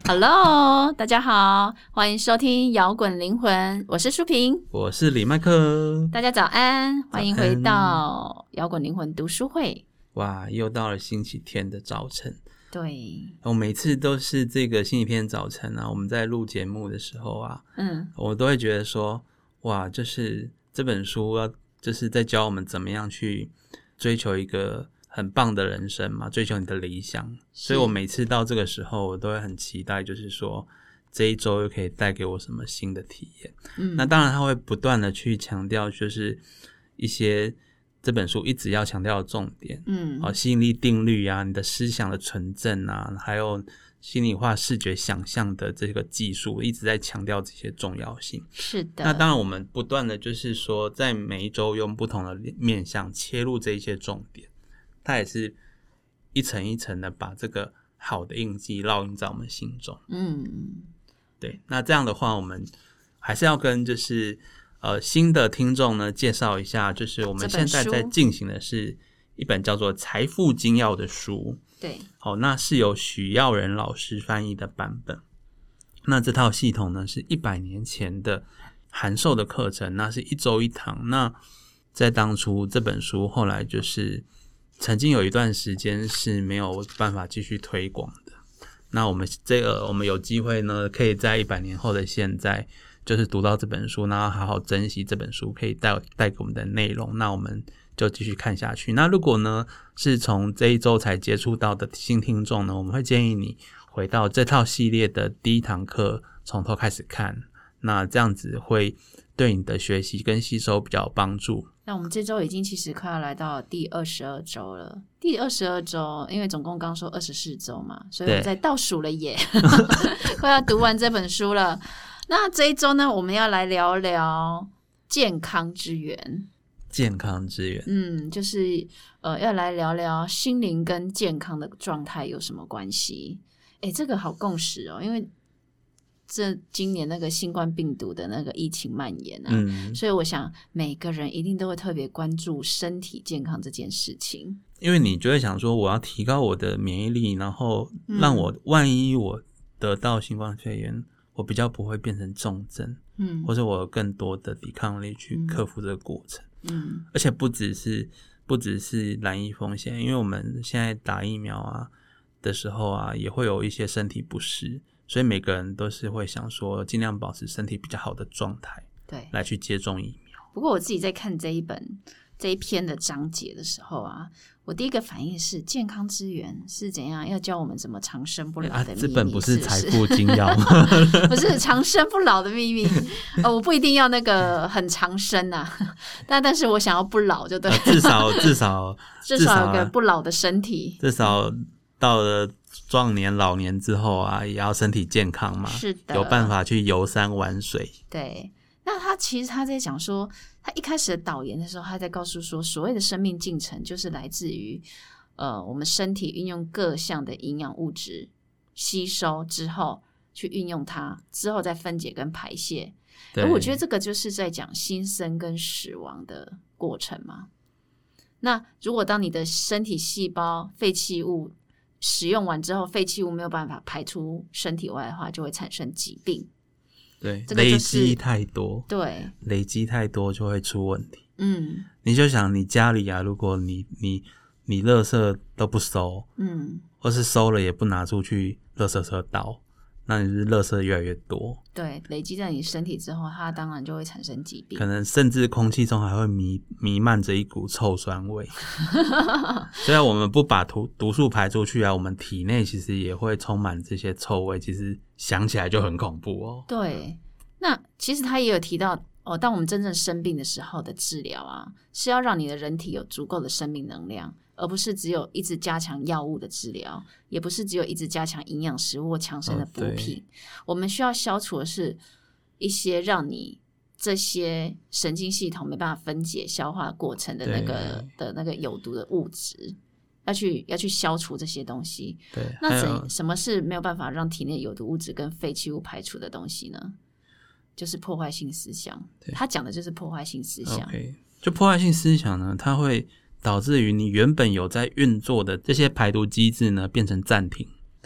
Hello， 大家好，欢迎收听摇滚灵魂，我是舒平， 我是李麦克。 大家早安，欢迎回到摇滚灵魂读书会。 哇，又到了星期天的早晨。 对， 我每次都是这个星期天早晨啊，我们在录节目的时候啊，我都会觉得说，哇，就是这本书就是在教我们怎么样去追求一个很棒的人生嘛，追求你的理想。所以我每次到这个时候，我都会很期待，就是说这一周又可以带给我什么新的体验。那当然他会不断的去强调，就是一些这本书一直要强调的重点，吸引力定律啊，你的思想的纯正啊，还有心理化视觉想象的这个技术，一直在强调这些重要性。 是的。 那当然我们不断的就是说，在每一周用不同的面向切入这一些重点，它也是一层一层的把这个好的印记烙印在我们心中。对，那这样的话，我们还是要跟就是新的听众呢介绍一下，就是我们现在在进行的是一本叫做《财富精要》的书。 对， 那是由许耀仁老师翻译的版本。那这套系统呢是100年前的函授的课程，那是1周1堂。那在当初这本书后来就是曾经有一段时间是没有办法继续推广的。那我们有机会呢，可以在100年后的现在，就是读到这本书，然后好好珍惜这本书可以带给我们的内容，那我们就继续看下去。那如果呢是从这一周才接触到的新听众呢，我们会建议你回到这套系列的第1堂课，从头开始看。那这样子会对你的学习跟吸收比较有帮助。 那我们这周已经其实快要来到第22周了。第22周，因为总共刚说24周嘛，所以我们在倒数了耶，快要读完这本书了。那这一周呢，我们要来聊聊健康之源。 健康之源， 就是要来聊聊心灵跟健康的状态有什么关系。这个好共识哦，因为今年那个新冠病毒的那个疫情蔓延啊，所以我想每个人一定都会特别关注身体健康这件事情。 因为你就会想说，我要提高我的免疫力，然后让我万一我得到新冠肺炎，我比较不会变成重症，或者我有更多的抵抗力去克服这个过程。而且不只是染疫风险，因为我们现在打疫苗啊的时候啊，也会有一些身体不适，所以每个人都是会想说尽量保持身体比较好的状态，对，来去接种疫苗。 不过我自己在看这一篇的章节的时候啊，我第一个反应是健康之源是怎样要教我们怎么长生不老的秘密。 这本不是财富精要吗？ 不是长生不老的秘密。我不一定要那个很长生啊，但是我想要不老就对了。 至少有个不老的身体， 至少到了壮年老年之后啊，也要身体健康嘛。 是的， 有办法去游山玩水。 对，那其实他在讲说，他一开始的导言的时候，他在告诉说，所谓的生命进程就是来自于我们身体运用各项的营养物质吸收之后去运用它，之后再分解跟排泄。而我觉得这个就是在讲新生跟死亡的过程嘛。那如果当你的身体细胞废弃物使用完之后，废弃物没有办法排出身体外的话，就会产生疾病。 对，累积太多， 对， 累积太多就会出问题。你就想你家里啊，如果你垃圾都不收，或是收了也不拿出去垃圾车倒，那你是垃圾越来越多， 对，累积在你身体之后，它当然就会产生疾病， 可能甚至空气中还会弥漫着一股臭酸味。虽然我们不把毒素排出去啊，我们体内其实也会充满这些臭味，其实想起来就很恐怖哦。 对，那其实他也有提到当我们真正生病的时候的治疗啊，是要让你的人体有足够的生命能量，而不是只有一直加强药物的治疗，也不是只有一直加强营养食物或强身的补品。我们需要消除的是一些让你这些神经系统没办法分解消化过程的那个有毒的物质，要去消除这些东西。 对， 那什么是没有办法让体内有毒物质跟废弃物排除的东西呢？就是破坏性思想。他讲的就是破坏性思想。 就破坏性思想呢，它会导致于你原本有在运作的这些排毒机制呢变成暂停，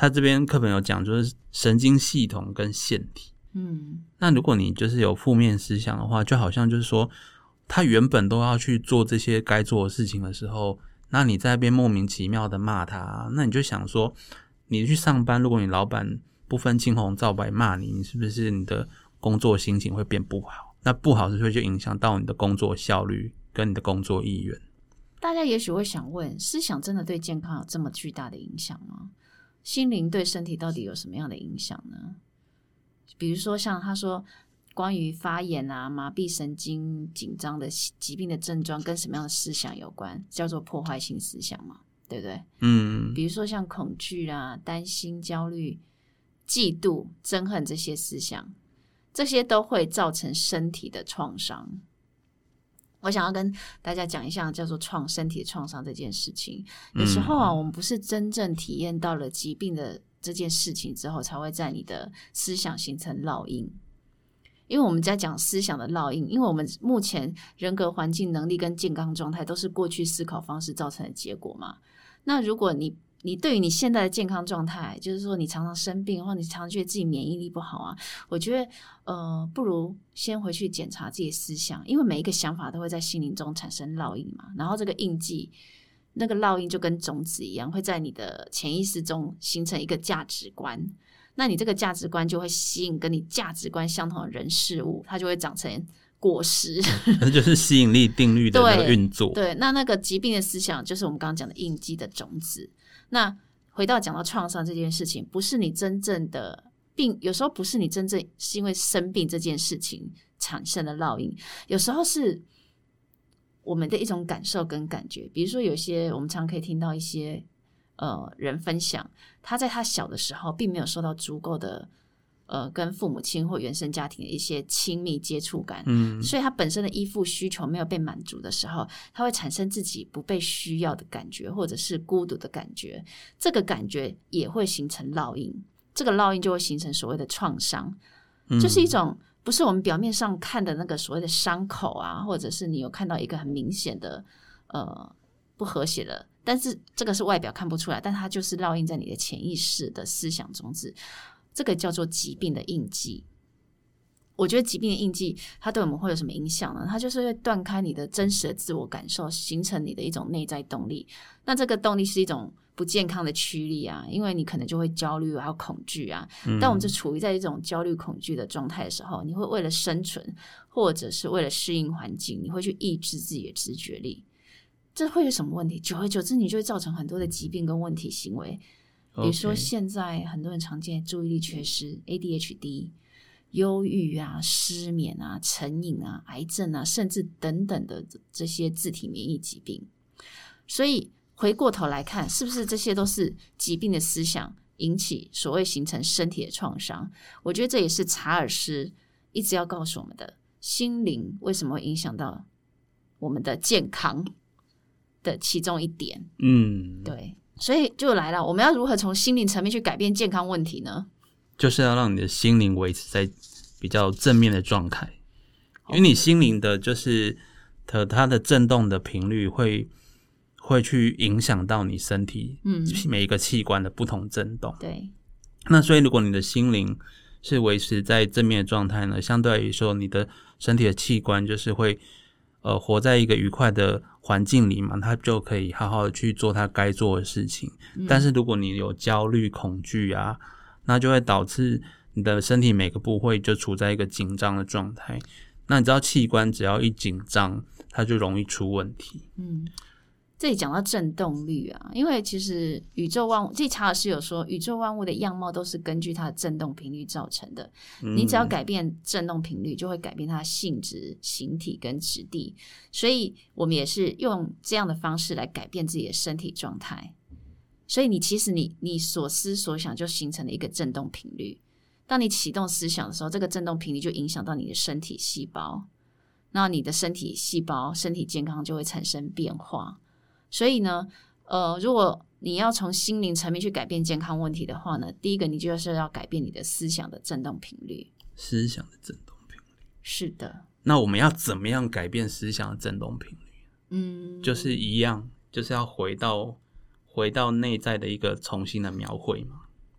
他这边课本有讲，就是神经系统跟腺体。那如果你就是有负面思想的话，就好像就是说，他原本都要去做这些该做的事情的时候，那你在那边莫名其妙的骂他，那你就想说，你去上班，如果你老板不分青红皂白骂你，你是不是你的工作心情会变不好？那不好是不是就影响到你的工作效率跟你的工作意愿？ 大家也许会想问，思想真的对健康有这么巨大的影响吗？心灵对身体到底有什么样的影响呢？比如说像他说关于发炎啊、麻痹神经紧张的疾病的症状跟什么样的思想有关，叫做破坏性思想嘛，对不对？比如说像恐惧啊、担心、焦虑、嫉妒、憎恨这些思想，这些都会造成身体的创伤。我想要跟大家讲一下叫做身体创伤这件事情。有时候啊，我们不是真正体验到了疾病的这件事情之后，才会在你的思想形成烙印。因为我们在讲思想的烙印，因为我们目前人格环境能力跟健康状态都是过去思考方式造成的结果嘛。那如果你对于你现在的健康状态，就是说你常常生病，或你常常觉得自己免疫力不好啊，我觉得不如先回去检查自己的思想，因为每一个想法都会在心灵中产生烙印嘛，然后这个印记，那个烙印就跟种子一样，会在你的潜意识中形成一个价值观，那你这个价值观就会吸引跟你价值观相同的人事物，它就会长成果实。 这就是吸引力定律的那个运作。 对，那个疾病的思想就是我们刚刚讲的印记的种子。那回到讲到创伤这件事情，不是你真正的病，有时候不是你真正是因为生病这件事情产生的烙印，有时候是我们的一种感受跟感觉。比如说有些我们常可以听到一些人分享，他在他小的时候并没有受到足够的跟父母亲或原生家庭的一些亲密接触感，所以他本身的依附需求没有被满足的时候，他会产生自己不被需要的感觉，或者是孤独的感觉，这个感觉也会形成烙印，这个烙印就会形成所谓的创伤，就是一种不是我们表面上看的那个所谓的伤口啊，或者是你有看到一个很明显的不和谐的，但是这个是外表看不出来，但它就是烙印在你的潜意识的思想种子，这个叫做疾病的印记。我觉得疾病的印记它对我们会有什么影响呢？它就是会断开你的真实的自我感受，形成你的一种内在动力。那这个动力是一种不健康的驱力啊，因为你可能就会焦虑还有恐惧啊。当我们就处于在一种焦虑恐惧的状态的时候，你会为了生存或者是为了适应环境，你会去抑制自己的知觉力。这会有什么问题？久而久之你就会造成很多的疾病跟问题行为。比如说现在很多人常见注意力缺失 ADHD、 忧郁啊、失眠啊、成瘾啊、癌症啊，甚至等等的这些自体免疫疾病。所以回过头来看，是不是这些都是疾病的思想引起所谓形成身体的创伤？我觉得这也是查尔斯一直要告诉我们的，心灵为什么会影响到我们的健康的其中一点。对，所以就来了，我们要如何从心灵层面去改变健康问题呢？ 就是要让你的心灵维持在比较正面的状态，因为你心灵的就是它的震动的频率会去影响到你身体每一个器官的不同震动。 对， 那所以如果你的心灵是维持在正面的状态呢，相对来说你的身体的器官就是会活在一个愉快的环境里嘛，他就可以好好的去做他该做的事情。但是如果你有焦虑恐惧啊，那就会导致你的身体每个部位就处在一个紧张的状态。那你知道器官只要一紧张，它就容易出问题。 这里讲到振动率啊，因为其实宇宙万物，这查尔斯有说，宇宙万物的样貌都是根据它的振动频率造成的。你只要改变振动频率，就会改变它的性质、形体跟质地。所以我们也是用这样的方式来改变自己的身体状态。所以其实你所思所想就形成了一个振动频率。当你启动思想的时候，这个振动频率就影响到你的身体细胞，那你的身体细胞、身体健康就会产生变化。所以呢，如果你要从心灵层面去改变健康问题的话呢，第一个你就是要改变你的思想的振动频率。 思想的振动频率， 是的。 那我们要怎么样改变思想的振动频率？就是一样，就是要回到内在的一个重新的描绘嘛。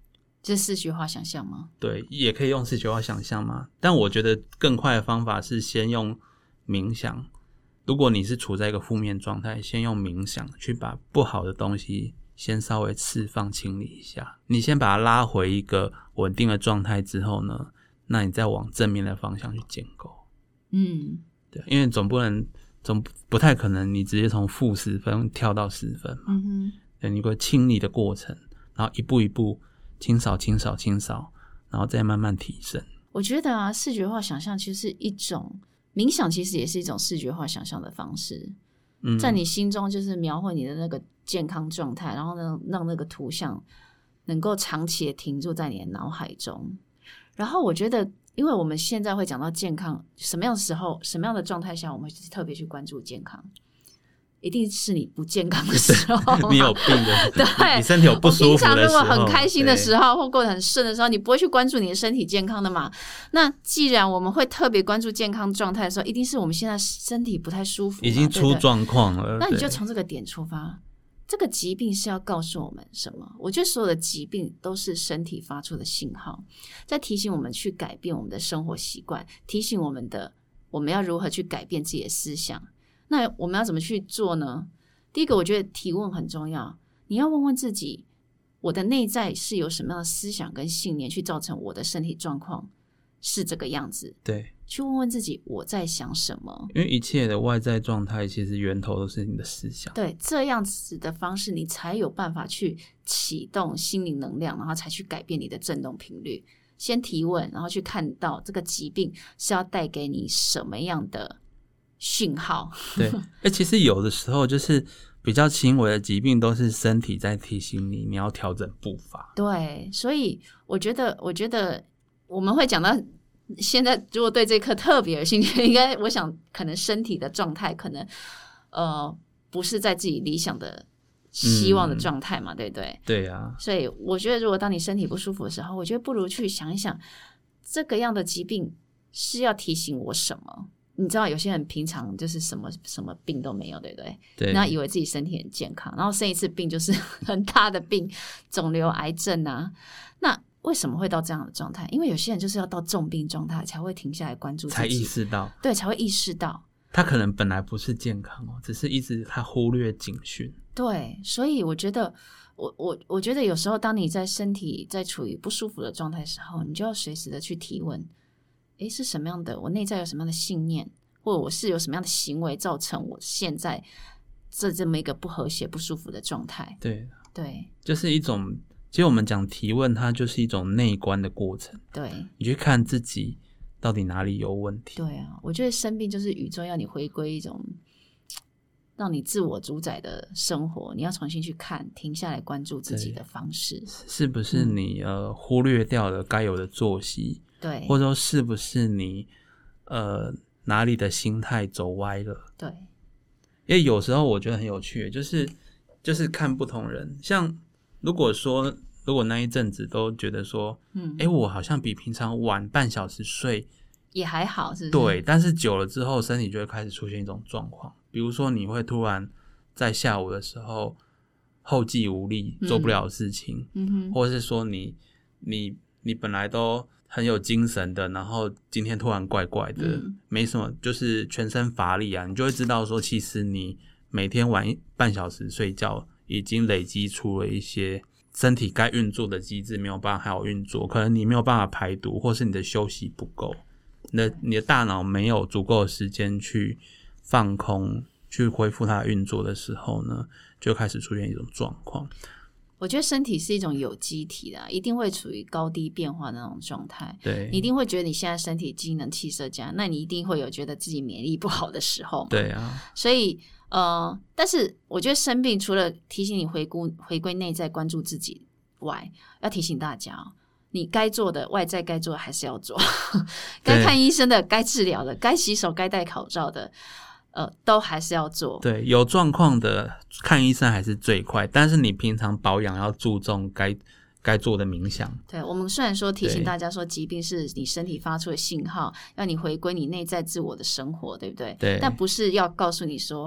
就是视觉化想象吗？ 对，也可以用视觉化想象嘛。但我觉得更快的方法是先用冥想。如果你是处在一个负面状态，先用冥想去把不好的东西先稍微释放清理一下。你先把它拉回一个稳定的状态之后呢，那你再往正面的方向去建构。对，因为总不太可能你直接从负10分跳到10分嘛。对，你会清理的过程，然后一步一步清扫，然后再慢慢提升。 我觉得啊，视觉化想象其实是一种冥想，其实也是一种视觉化想象的方式。在你心中就是描绘你的那个健康状态，然后呢，让那个图像能够长期的停驻在你的脑海中。然后我觉得，因为我们现在会讲到健康，什么样的时候、什么样的状态下，我们会特别去关注健康。一定是你不健康的时候， 你有病的， 对， 你身体有不舒服的时候， 我平常如果很开心的时候，或过得很顺的时候，你不会去关注你的身体健康的嘛？那既然我们会特别关注健康状态的时候，一定是我们现在身体不太舒服嘛， 已经出状况了。 那你就从这个点出发，这个疾病是要告诉我们什么？我觉得所有的疾病都是身体发出的信号，在提醒我们去改变我们的生活习惯，提醒我们要如何去改变自己的思想。那我们要怎么去做呢？第一个，我觉得提问很重要。你要问问自己，我的内在是有什么样的思想跟信念去造成我的身体状况是这个样子？ 对， 去问问自己我在想什么。 因为一切的外在状态其实源头都是你的思想。 对，这样子的方式你才有办法去启动心灵能量，然后才去改变你的振动频率。先提问，然后去看到这个疾病是要带给你什么样的讯号。 对，其实有的时候就是比较轻微的疾病都是身体在提醒你要调整步伐。 对，所以我觉得我们会讲到现在，如果对这课特别有兴趣，应该我想可能身体的状态可能不是在自己理想的希望的状态嘛，对不对？ 对啊， 所以我觉得如果当你身体不舒服的时候，我觉得不如去想一想这个样的疾病是要提醒我什么。你知道有些人平常就是什么病都没有，对不对？ 对， 然后以为自己身体很健康，然后生一次病就是很大的病，肿瘤、癌症啊。那为什么会到这样的状态？因为有些人就是要到重病状态才会停下来关注自己， 才意识到， 对，才会意识到他可能本来不是健康只是一直他忽略警讯。 对，所以我觉得我觉得有时候当你在身体在处于不舒服的状态的时候，你就要随时的去提问，是什么样的，我内在有什么样的信念，或者我是有什么样的行为造成我现在这么一个不和谐不舒服的状态。 对， 就是一种，其实我们讲提问它就是一种内观的过程。 对， 你去看自己到底哪里有问题。 对啊，我觉得生病就是宇宙要你回归一种让你自我主宰的生活，你要重新去看，停下来关注自己的方式， 是不是你忽略掉了该有的作息？ 对， 或者说是不是你哪里的心态走歪了？对，因为有时候我觉得很有趣，就是看不同人，像如果那一阵子都觉得说，我好像比平常晚半小时睡也还好，是不是？ 对，但是久了之后，身体就会开始出现一种状况，比如说你会突然在下午的时候后继无力，做不了事情，或者是说你本来都很有精神的，然后今天突然怪怪的，没什么，就是全身乏力啊，你就会知道说，其实你每天晚半小时睡觉，已经累积出了一些身体该运作的机制没有办法好好运作，可能你没有办法排毒，或是你的休息不够，你的大脑没有足够的时间去放空，去恢复它的运作的时候呢，就开始出现一种状况。 我觉得身体是一种有机体的，一定会处于高低变化的那种状态。 对， 你一定会觉得你现在身体机能气色佳，那你一定会有觉得自己免疫力不好的时候嘛。 对啊， 所以但是我觉得生病除了提醒你回归内在关注自己外，要提醒大家你该做的外在该做的还是要做，该看医生的，该治疗的，该洗手，该戴口罩的。都还是要做。对， 有状况的看医生还是最快，但是你平常保养要注重该做的冥想。 对，我们虽然说提醒大家说疾病是你身体发出的信号，要你回归你内在自我的生活，对不对？ 对。 但不是要告诉你说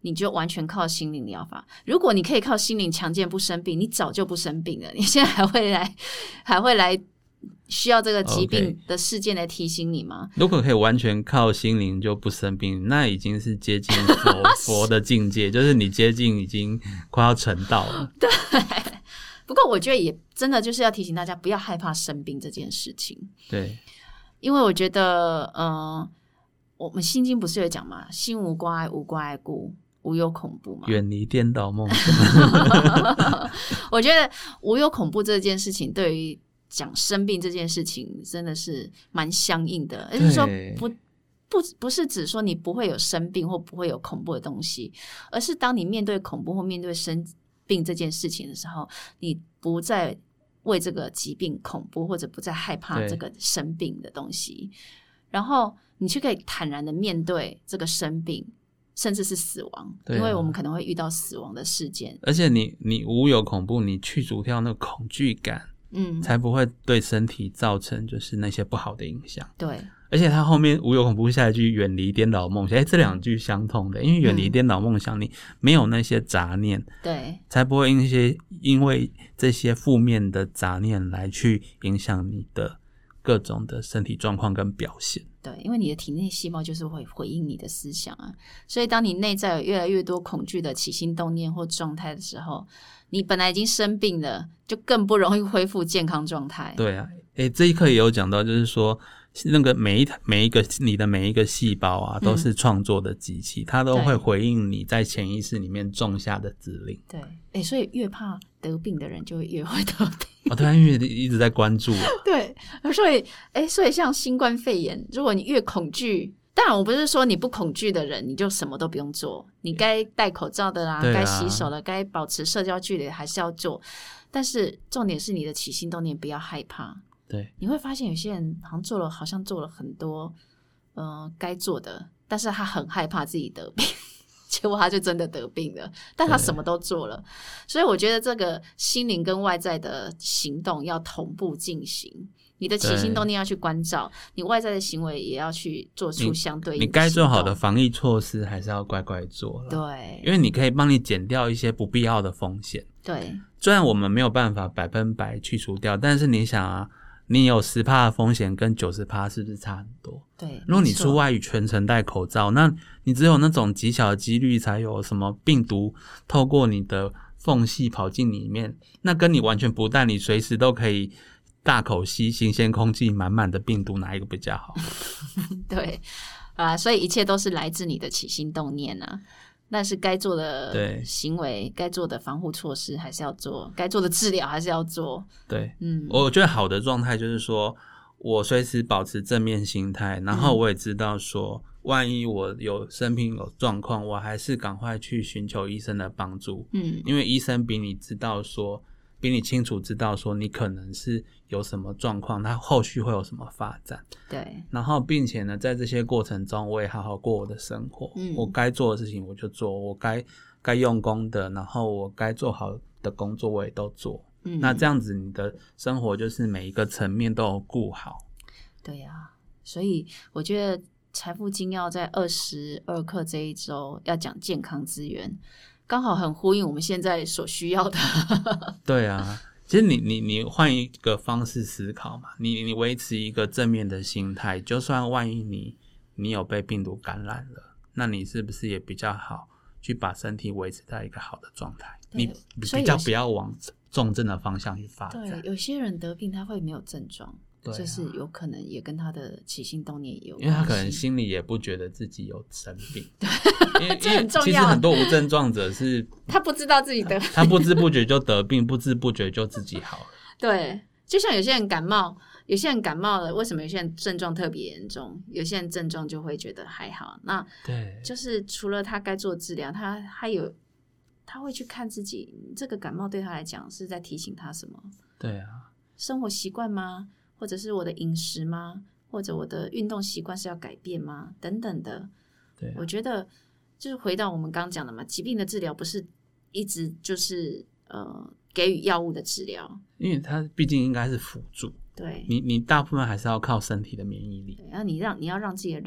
你就完全靠心灵疗法。如果你可以靠心灵强健不生病，你早就不生病了。你现在还会来需要这个疾病的事件来提醒你吗？ 如果可以完全靠心灵就不生病，那已经是接近佛的境界，就是你接近已经快要成道了。 对。不过我觉得也真的就是要提醒大家不要害怕生病这件事情。 对， 因为我觉得我们心经不是有讲嘛，心无挂碍，无挂碍故，无有恐怖嘛， 远离颠倒梦想。 我觉得无有恐怖这件事情对于讲生病这件事情真的是蛮相应的，就是说不是指说你不会有生病或不会有恐怖的东西，而是当你面对恐怖或面对生病这件事情的时候，你不再为这个疾病恐怖，或者不再害怕这个生病的东西，然后你就可以坦然的面对这个生病，甚至是死亡，因为我们可能会遇到死亡的事件。 而且你无有恐怖，你去除掉那个恐惧感，才不会对身体造成就是那些不好的影响。 对。 而且他后面无有恐怖下一句远离颠倒梦想，这两句相通的，因为远离颠倒梦想，你没有那些杂念， 对， 才不会因为这些负面的杂念来去影响你的各种的身体状况跟表现。 对，因为你的体内细胞就是会回应你的思想啊，所以当你内在有越来越多恐惧的起心动念或状态的时候，你本来已经生病了，就更不容易恢复健康状态。 对啊，这一课也有讲到，就是说那个每一个你的每一个细胞啊，都是创作的机器，它都会回应你在潜意识里面种下的指令。 对，所以越怕得病的人就会越会得病。 对，因为一直在关注。 对，所以像新冠肺炎，如果你越恐惧，当然我不是说你不恐惧的人你就什么都不用做，你该戴口罩的啦，该洗手的，该保持社交距离还是要做，但是重点是你的起心动念不要害怕。 对， 你会发现有些人好像做了很多该做的，但是他很害怕自己得病，结果他就真的得病了，但他什么都做了。所以我觉得这个心灵跟外在的行动要同步进行，你的起心动念要去关照，你外在的行为也要去做出相对应的行动。 你该做好的防疫措施还是要乖乖做了。 对， 因为你可以帮你减掉一些不必要的风险。 对， 虽然我们没有办法100%去除掉，但是你想啊，你有 10% 的风险跟 90% 是不是差很多？ 对， 如果你出外全程戴口罩，那你只有那种极小的几率才有什么病毒透过你的缝隙跑进里面，那跟你完全不戴，你随时都可以大口吸新鲜空气满满的病毒，哪一个比较好？ 对所以一切都是来自你的起心动念啊。但是该做的行为，该做的防护措施还是要做，该做的治疗还是要做。 对，我觉得好的状态就是说我随时保持正面心态，然后我也知道说万一我有生病有状况，我还是赶快去寻求医生的帮助。因为医生比你清楚知道说你可能是有什么状况，他后续会有什么发展。 对， 然后并且呢在这些过程中我也好好过我的生活。我该做的事情我就做，我该用功的，然后我该做好的工作我也都做。那这样子你的生活就是每一个层面都有顾好。 对啊，所以我觉得财富精要在22课这一周要讲健康资源，刚好很呼应我们现在所需要的。 对啊，其实你换一个方式思考嘛，你维持一个正面的心态，就算万一你有被病毒感染了，那你是不是也比较好去把身体维持在一个好的状态？你比较不要往重症的方向去发展。 对，有些人得病他会没有症状。这是有可能也跟他的起心动念有关系， 因为他可能心里也不觉得自己有生病。 因为这很重要。 其实很多无症状者是他不知道自己得病， 他不知不觉就得病，不知不觉就自己好了。 对，就像有些人感冒了，为什么有些人症状特别严重，有些人症状就会觉得还好？那对， 就是除了他该做治疗，他会去看自己这个感冒对他来讲是在提醒他什么？ 对啊， 生活习惯吗？或者是我的饮食吗？或者我的运动习惯是要改变吗？等等的。 对， 我觉得就是回到我们刚讲的嘛，疾病的治疗不是一直就是给予药物的治疗， 因为它毕竟应该是辅助。 对， 你大部分还是要靠身体的免疫力。 对，然后你要让自己的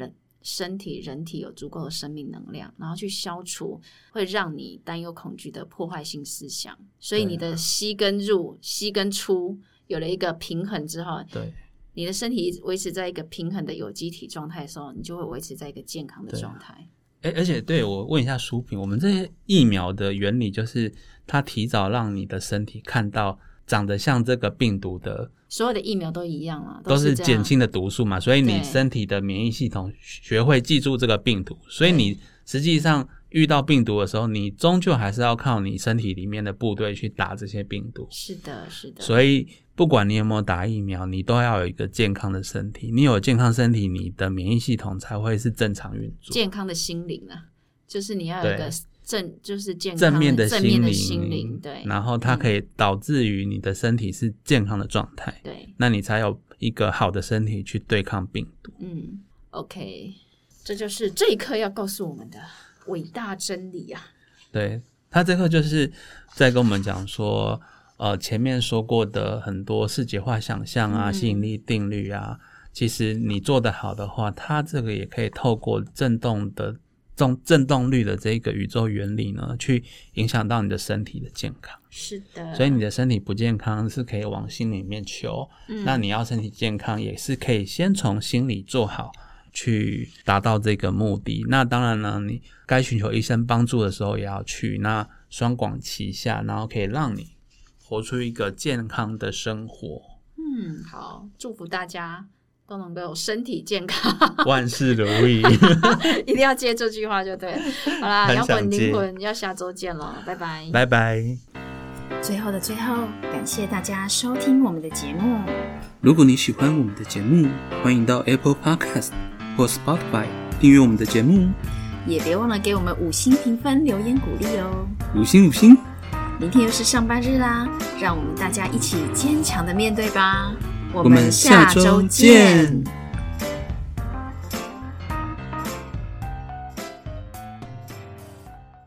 身体人体有足够的生命能量，然后去消除会让你担忧恐惧的破坏性思想。所以你的吸跟入吸跟出有了一个平衡之后， 对， 你的身体维持在一个平衡的有机体状态的时候，你就会维持在一个健康的状态。 而且对，我问一下淑萍，我们这些疫苗的原理就是它提早让你的身体看到长得像这个病毒的， 所有的疫苗都一样啊， 都是减轻的毒素嘛，所以你身体的免疫系统学会记住这个病毒，所以你实际上遇到病毒的时候，你终究还是要靠你身体里面的部队去打这些病毒。 是的，是的。 所以不管你有没有打疫苗，你都要有一个健康的身体，你有健康身体，你的免疫系统才会是正常运作。 健康的心灵啊，就是你要有一个就是健康正面的心灵，对， 然后它可以导致于你的身体是健康的状态， 对， 那你才有一个好的身体去对抗病毒。 OK， 这就是这一课要告诉我们的伟大真理啊。 对，他这课就是在跟我们讲说前面说过的很多视觉化想象啊、吸引力定律啊，其实你做得好的话，它这个也可以透过震动率的这个宇宙原理呢，去影响到你的身体的健康。 是的， 所以你的身体不健康是可以往心里面求，那你要身体健康也是可以先从心里做好，去达到这个目的。那当然呢，你该寻求医生帮助的时候也要去，那双管齐下，然后可以让你活出一个健康的生活。 好，祝福大家都能够身体健康， 万事如意。 一定要接这句话就对了。好啦，摇滚灵魂要下周见了，拜拜， 拜拜。 最后的最后，感谢大家收听我们的节目。 如果你喜欢我们的节目，欢迎到 Apple Podcast 或 Spotify 订阅我们的节目， 也别忘了给我们5星评分、留言鼓励哦。 5星5星。 明天又是上班日啦，让我们大家一起坚强的面对吧。 我们下周见。